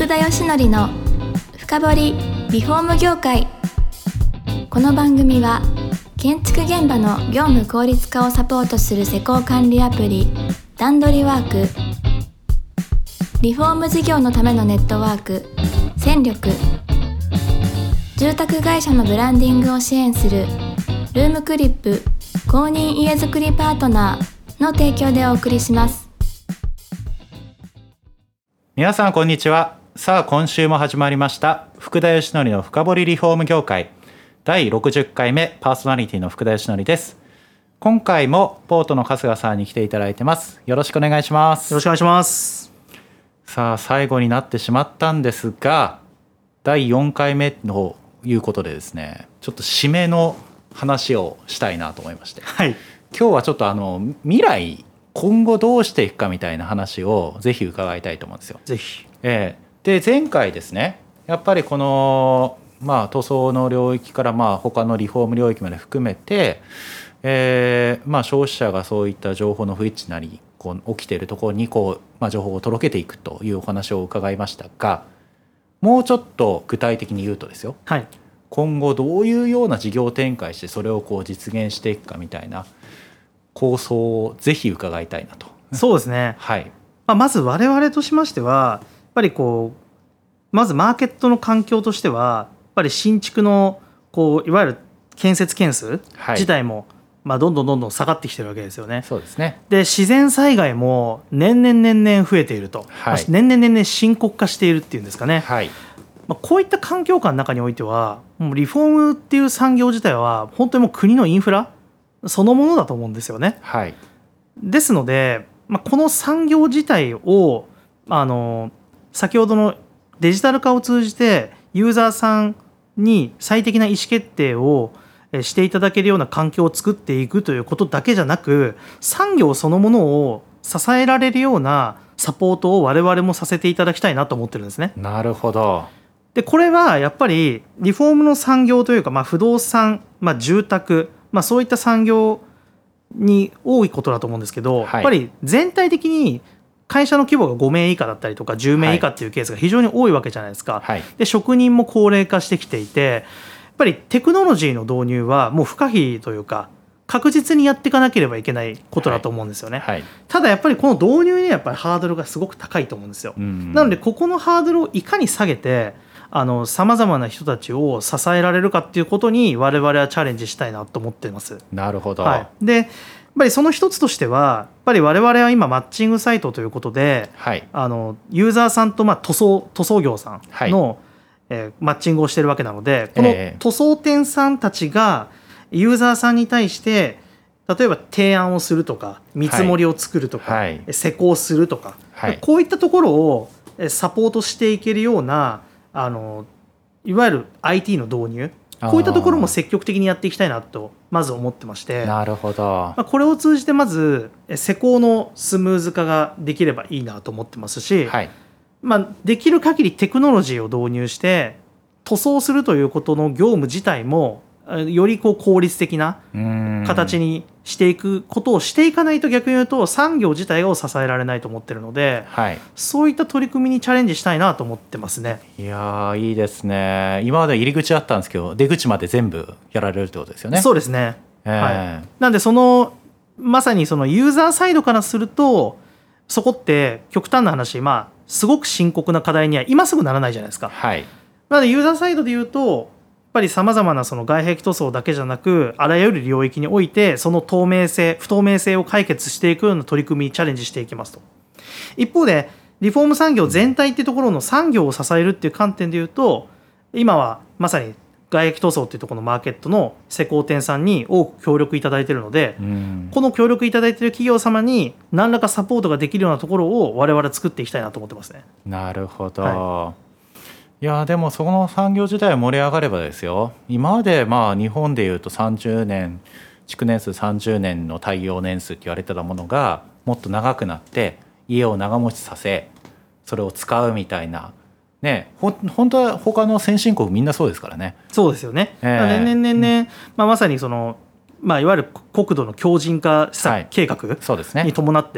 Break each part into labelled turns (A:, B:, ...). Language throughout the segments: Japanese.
A: 田義則の深掘りリフォーム業界。この番組は建築現場の業務効率化をサポートする施工管理アプリ段取りワーク、リフォーム事業のためのネットワーク戦力、住宅会社のブランディングを支援するルームクリップ公認家づくりパートナーの提供でお送りします。
B: 皆さんこんにちは。さあ今週も始まりました福田義則の深掘りリフォーム業界第60回目、パーソナリティの福田義則です。今回もポートの春日さんに来ていただいてます。よろしくお願いします。
C: よろしくお願いします。
B: さあ最後になってしまったんですが、第4回目ということでですね、ちょっと締めの話をしたいなと思いまして、
C: はい、
B: 今日はちょっと未来今後どうしていくかみたいな話をぜひ伺いたいと思うんですよ。
C: ぜひ。
B: で前回ですね、やっぱりこの、塗装の領域から他のリフォーム領域まで含めて、消費者がそういった情報の不一致なり起きているところに情報を届けていくというお話を伺いましたが、もうちょっと具体的に言うとですよ、
C: はい、
B: 今後どういうような事業展開してそれを実現していくかみたいな構想をぜひ伺いたいなと。
C: そうですね、
B: はい。
C: まず我々としましてはやっぱりまずマーケットの環境としてはやっぱり新築のいわゆる建設件数自体も、どんどん下がってきてるわけですよね。
B: そうですね。
C: で自然災害も年々増えていると、年々深刻化しているっていうんですかね。
B: はい。
C: こういった環境下の中においてはもうリフォームっていう産業自体は本当にもう国のインフラそのものだと思うんですよね。
B: はい。
C: ですので、この産業自体を先ほどのデジタル化を通じてユーザーさんに最適な意思決定をしていただけるような環境を作っていくということだけじゃなく、産業そのものを支えられるようなサポートを我々もさせていただきたいなと思ってるんですね。
B: なるほど。
C: でこれはやっぱりリフォームの産業というか、不動産、住宅、そういった産業に多いことだと思うんですけど、やっぱり全体的に会社の規模が5名以下だったりとか10名以下っていうケースが非常に多いわけじゃないですか。で職人も高齢化してきていて、やっぱりテクノロジーの導入はもう不可避というか確実にやっていかなければいけないことだと思うんですよね。ただやっぱりこの導入にはやっぱりハードルがすごく高いと思うんですよ。なのでここのハードルをいかに下げてさまざまな人たちを支えられるかっていうことに我々はチャレンジしたいなと思っています。
B: なるほど。
C: でやっぱりその一つとしてはやっぱり我々は今マッチングサイトということで、ユーザーさんと塗装業さんの、マッチングをしているわけなので、この塗装店さんたちがユーザーさんに対して例えば提案をするとか見積もりを作るとか、施工するとか、こういったところをサポートしていけるようないわゆる IT の導入、こういったところも積極的にやっていきたいなとまず思ってまして。
B: なるほど。
C: これを通じてまず施工のスムーズ化ができればいいなと思ってますし、できる限りテクノロジーを導入して塗装するということの業務自体もより効率的な形にしていくことをしていかないと、逆に言うと産業自体を支えられないと思ってるので、そういった取り組みにチャレンジしたいなと思ってますね。
B: いやいいですね。今まで入り口あったんですけど出口まで全部やられるってことですよね。
C: そうですね。なんでまさにそのユーザーサイドからするとそこって極端な話、すごく深刻な課題には今すぐならないじゃないですか。なのでユーザーサイドで言うとやっぱりさまざまなその外壁塗装だけじゃなくあらゆる領域においてその透明性不透明性を解決していくような取り組みにチャレンジしていきますと。一方でリフォーム産業全体っていうところの産業を支えるっていう観点でいうと、今はまさに外壁塗装っていうところのマーケットの施工店さんに多く協力いただいているので、この協力いただいている企業様に何らかサポートができるようなところを我々作っていきたいなと思ってますね。
B: なるほど。いやでもその産業自体盛り上がればですよ、今まで日本でいうと30年築年数30年の耐用年数って言われてたものがもっと長くなって家を長持ちさせそれを使うみたいなね、本当は他の先進国みんなそうですからね。
C: そうですよね。年々、まさにいわゆる国土の強靭化計画に伴って、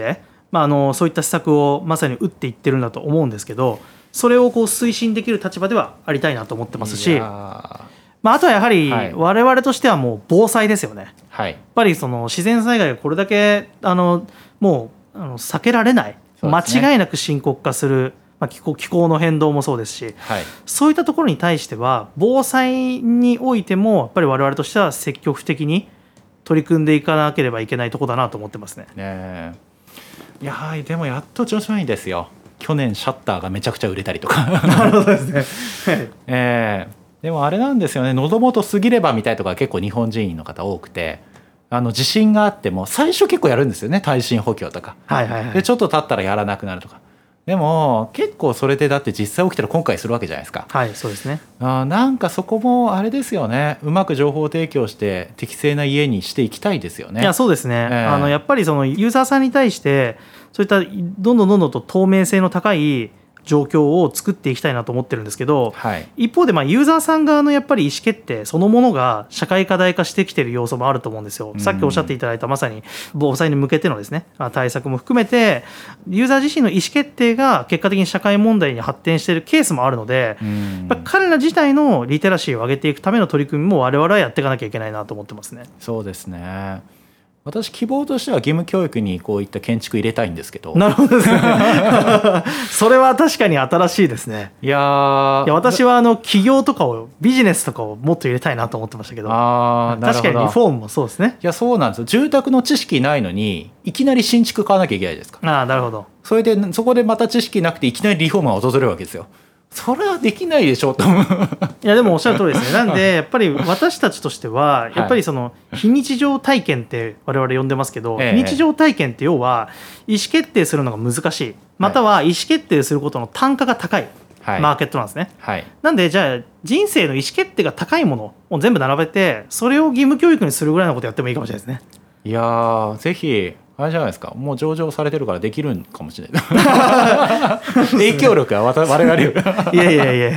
C: そういった施策をまさに打っていってるんだと思うんですけど、それをこう推進できる立場ではありたいなと思ってますし、あとはやはり我々としてはもう防災ですよね。やっぱりその自然災害がこれだけもう避けられない、間違いなく深刻化する、気候の変動もそうですし、そういったところに対しては防災においてもやっぱり我々としては積極的に取り組んでいかなければいけないところだなと思ってますね。
B: いやでもやっと調子いいですよ。去年シャッターがめちゃくちゃ売れたりとか
C: なるほどですね、
B: でもあれなんですよね、喉元過ぎればみたいとか結構日本人の方多くて、地震があっても最初結構やるんですよね、耐震補強とか、でちょっと経ったらやらなくなるとか。でも結構それでだって実際起きたら後悔するわけじゃないですか。
C: そうですね。
B: なんかそこもあれですよね、うまく情報提供して適正な家にしていきたいですよね。
C: いやそうですね、やっぱりそのユーザーさんに対してそういったどんどんと透明性の高い状況を作っていきたいなと思ってるんですけど、一方でユーザーさん側のやっぱり意思決定そのものが社会課題化してきている要素もあると思うんですよ。さっきおっしゃっていただいたまさに防災に向けてのですね対策も含めてユーザー自身の意思決定が結果的に社会問題に発展しているケースもあるので、やっぱ彼ら自体のリテラシーを上げていくための取り組みも我々はやっていかなきゃいけないなと思ってますね。
B: そうですね。私希望としては義務教育にこういった建築入れたいんですけど。
C: なるほどですねそれは確かに新しいですね。いや私は企業とかをビジネスとかをもっと入れたいなと思ってましたけど、確かにリフォームもそうですね。
B: いやそうなんですよ。住宅の知識ないのにいきなり新築買わなきゃいけないですか。
C: なるほど。
B: それでそこでまた知識なくていきなりリフォームが訪れるわけですよ。それはできないでしょと思う
C: いやでもおっしゃる通りですね。なんでやっぱり私たちとしてはやっぱりその非日常体験って我々呼んでますけど、非日常体験って要は意思決定するのが難しい、または意思決定することの単価が高いマーケットなんですね。なんでじゃあ人生の意思決定が高いものを全部並べてそれを義務教育にするぐらいのことやってもいいかもしれないですね。
B: いやぜひあれじゃないですか、もう上場されてるからできるんかもしれない影響力は我々よ
C: いや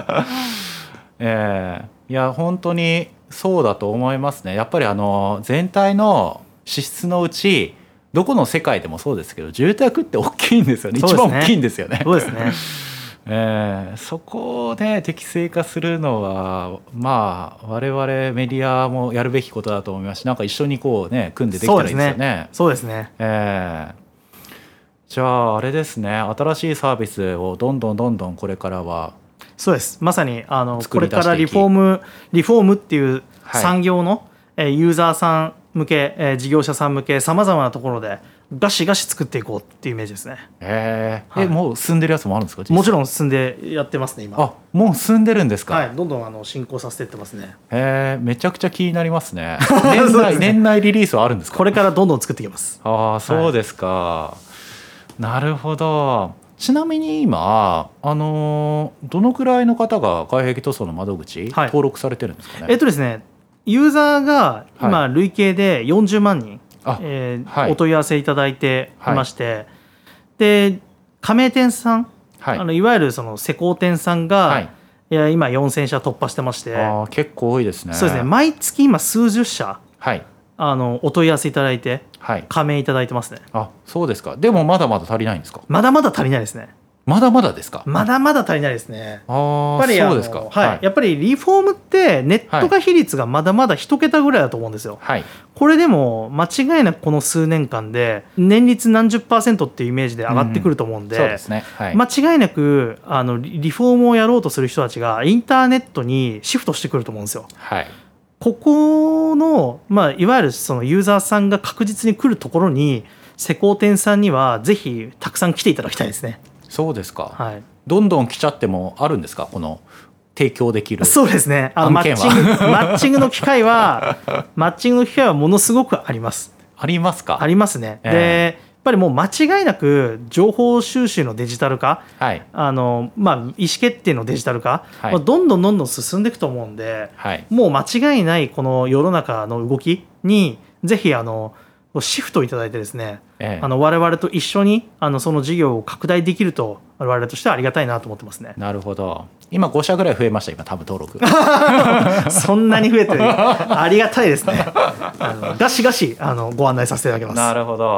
B: いや本当にそうだと思いますね。やっぱり全体の支出のうちどこの世界でもそうですけど住宅って大きいんですよね。一番大きいんですよね。
C: そうですね
B: そこをね適正化するのは我々メディアもやるべきことだと思いますし、なんか一緒にこうね組んでできたらいいですよね。
C: そうですね。
B: じゃああれですね、新しいサービスをどんどんこれからは
C: そうです。まさにこれからリフォームっていう産業のユーザーさん向け事業者さん向けさまざまなところでガシガシ作っていこうっていうイメージですね。
B: もう進んでるやつもあるんですか？
C: もちろん進んでやってますね今。
B: もう進んでるんですか？
C: どんどん進行させていってますね。
B: めちゃくちゃ気になりますね年内リリースはあるんですか？
C: これからどんどん作っていきます。
B: そうですか、なるほど。ちなみに今どのくらいの方が外壁塗装の窓口、登録されてるんですかね？
C: ですね、ユーザーが今累計で40万人、お問い合わせいただいていまして、で加盟店さん、いわゆるその施工店さんが、今4000社突破してまして、
B: 結構多いですね。
C: そうですね、毎月今数十社、お問い合わせいただいて、加盟いただいてますね。
B: そうですか。でもまだまだ足りないんですか？
C: まだまだ足りないですね。
B: まだまだですか？
C: まだまだ足りないですね。やっぱり
B: そうですか。
C: やっぱりリフォームってネット化比率がまだまだ1桁ぐらいだと思うんですよ。これでも間違いなくこの数年間で年率何十%っていうイメージで上がってくると思うんで、間違いなくリフォームをやろうとする人たちがインターネットにシフトしてくると思うんですよ。ここの、いわゆるそのユーザーさんが確実に来るところに施工店さんにはぜひたくさん来ていただきたいですね。
B: そうですか。どんどん来ちゃってもあるんですか、この提供できる？
C: そうですね、マッチングの機会はものすごくあります。
B: ありますか？
C: ありますね。でやっぱりもう間違いなく情報収集のデジタル化、意思決定のデジタル化、どんどん進んでいくと思うんで、もう間違いないこの世の中の動きにぜひシフトいただいてですね、我々と一緒にその事業を拡大できると我々としてはありがたいなと思ってますね。
B: なるほど。今5社ぐらい増えました。今多分登録
C: そんなに増えてるありがたいですね。ガシガシご案内させていただきます。
B: なるほど。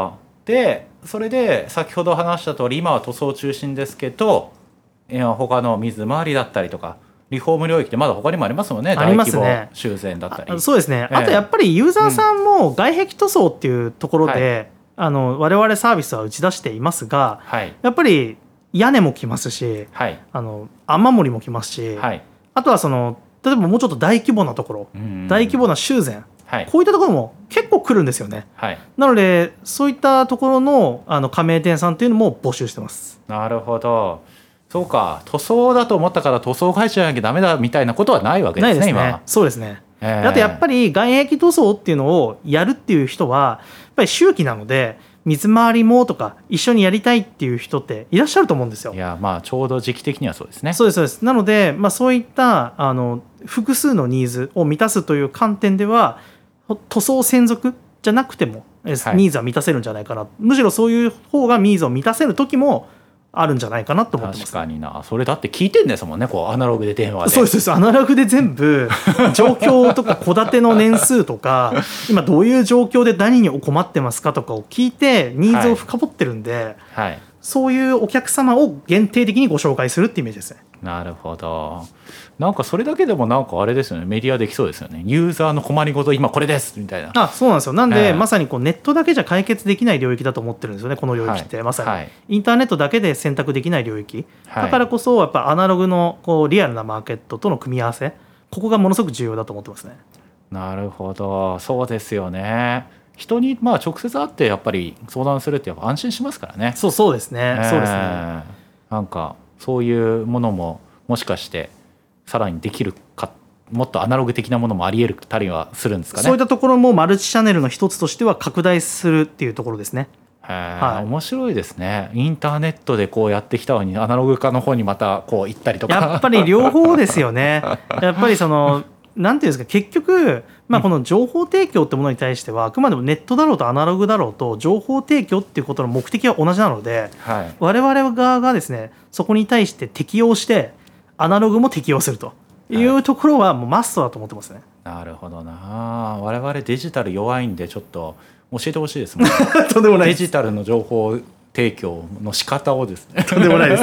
B: でそれで先ほど話した通り今は塗装中心ですけど、他の水回りだったりとかリフォーム領域ってまだ他にもありますもんね。大規模修繕だったり。
C: そうですね。あとやっぱりユーザーさんも外壁塗装っていうところで、我々サービスは打ち出していますが、やっぱり屋根も来ますし、雨漏りも来ますし、あとは例えばもうちょっと大規模なところ、大規模な修繕、こういったところも結構来るんですよね。なのでそういったところの加盟店さんっていうのも募集してます。
B: なるほど。そうか、塗装だと思ったから塗装会社じゃなきゃダメだみたいなことはないわけですね。今
C: そうですね。あとやっぱり外壁塗装っていうのをやるっていう人はやっぱり周期なので、水回りもとか一緒にやりたいっていう人っていらっしゃると思うんですよ。
B: いやちょうど時期的にはそうですね。
C: そうですそうです。なので、そういった複数のニーズを満たすという観点では塗装専属じゃなくてもニーズは満たせるんじゃないかな、むしろそういう方がニーズを満たせる時もあるんじゃないかなと思ってます。
B: 確かにな。それだって聞いてんですもんね、こうアナログで電話で。
C: そうですアナログで全部状況とか戸建ての年数とか今どういう状況で何に困ってますかとかを聞いてニーズを深掘ってるんで、そういうお客様を限定的にご紹介するってイメージですね。
B: なるほど。なんかそれだけでもなんかあれですよね、メディアできそうですよね。ユーザーの困りごと今これですみたいな。
C: そうなんですよ。なんで、まさにネットだけじゃ解決できない領域だと思ってるんですよね、この領域って。まさにインターネットだけで選択できない領域、だからこそやっぱアナログのリアルなマーケットとの組み合わせ、ここがものすごく重要だと思ってますね。
B: なるほど。そうですよね。人に直接会ってやっぱり相談するってやっぱ安心しますからね。
C: そうですね。そうですね。
B: なんかそういうものももしかしてさらにできるか、もっとアナログ的なものもあり得るたりはするんですかね。
C: そういったところもマルチチャンネルの一つとしては拡大するっていうところですね。
B: 面白いですね。インターネットでこうやってきたのにアナログ化の方にまたこう行ったりとか。
C: やっぱり両方ですよね。やっぱりなんていうんですか、結局この情報提供ってものに対してはあくまでもネットだろうとアナログだろうと情報提供っていうことの目的は同じなので、我々側がですねそこに対して適用してアナログも適用するというところはもうマストだと思ってますね。
B: なるほどな。我々デジタル弱いんでちょっと教えてほしいですもん。
C: とんでもない。
B: デジタルの情報提供の仕方をですね。
C: とんでもないです。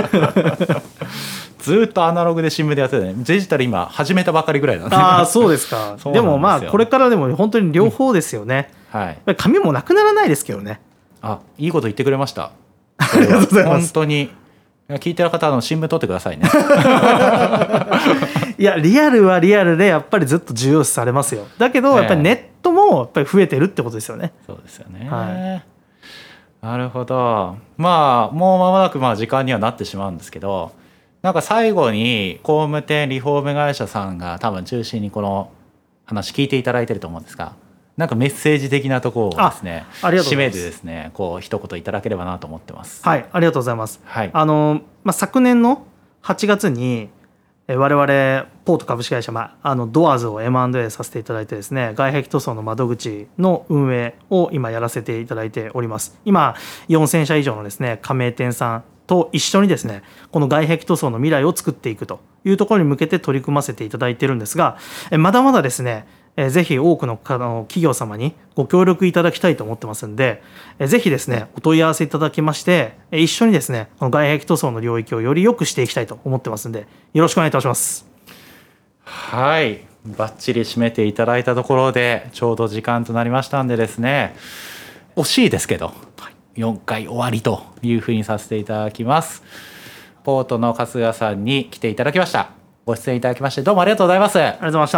B: ずっとアナログで新聞でやってて、ね、デジタル今始めたばかりぐらいなんで。
C: そうですか。でもこれからでも本当に両方ですよね。紙もなくならないですけどね。
B: いいこと言ってくれました。
C: ありがとうございます。
B: 本当に聞いてる方新聞取ってくださいね。
C: いやリアルはリアルでやっぱりずっと重要視されますよ。だけどやっぱりネットもやっぱり増えてるってことですよね。
B: そうですよね。なるほど。もう間もなく時間にはなってしまうんですけど、なんか最後に工務店リフォーム会社さんが多分中心にこの話聞いていただいてると思うんですが、なんかメッセージ的なところをですね、締めでですね一言いただければなと思ってます。
C: ありがとうございます。昨年の8月に我々ポート株式会社、ドアーズを M&A させていただいてですね、外壁塗装の窓口の運営を今やらせていただいております。今4000社以上のですね加盟店さんと一緒にですねこの外壁塗装の未来を作っていくというところに向けて取り組ませていただいているんですが、まだまだですねぜひ多くの企業様にご協力いただきたいと思ってますんで、ぜひですねお問い合わせいただきまして一緒にですねこの外壁塗装の領域をより良くしていきたいと思ってますんでよろしくお願いいたします。
B: バッチリ締めていただいたところでちょうど時間となりましたんでですね、惜しいですけど4回終わりというふうにさせていただきます。ポートの春日さんに来ていただきました。ご出演いただきましてどうもありがとうございます。
C: ありがとうございました。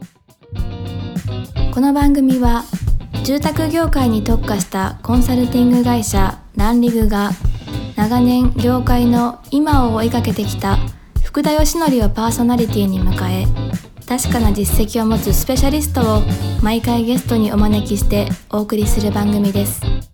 A: この番組は住宅業界に特化したコンサルティング会社ランリグが長年業界の今を追いかけてきた福田義則をパーソナリティに迎え、確かな実績を持つスペシャリストを毎回ゲストにお招きしてお送りする番組です。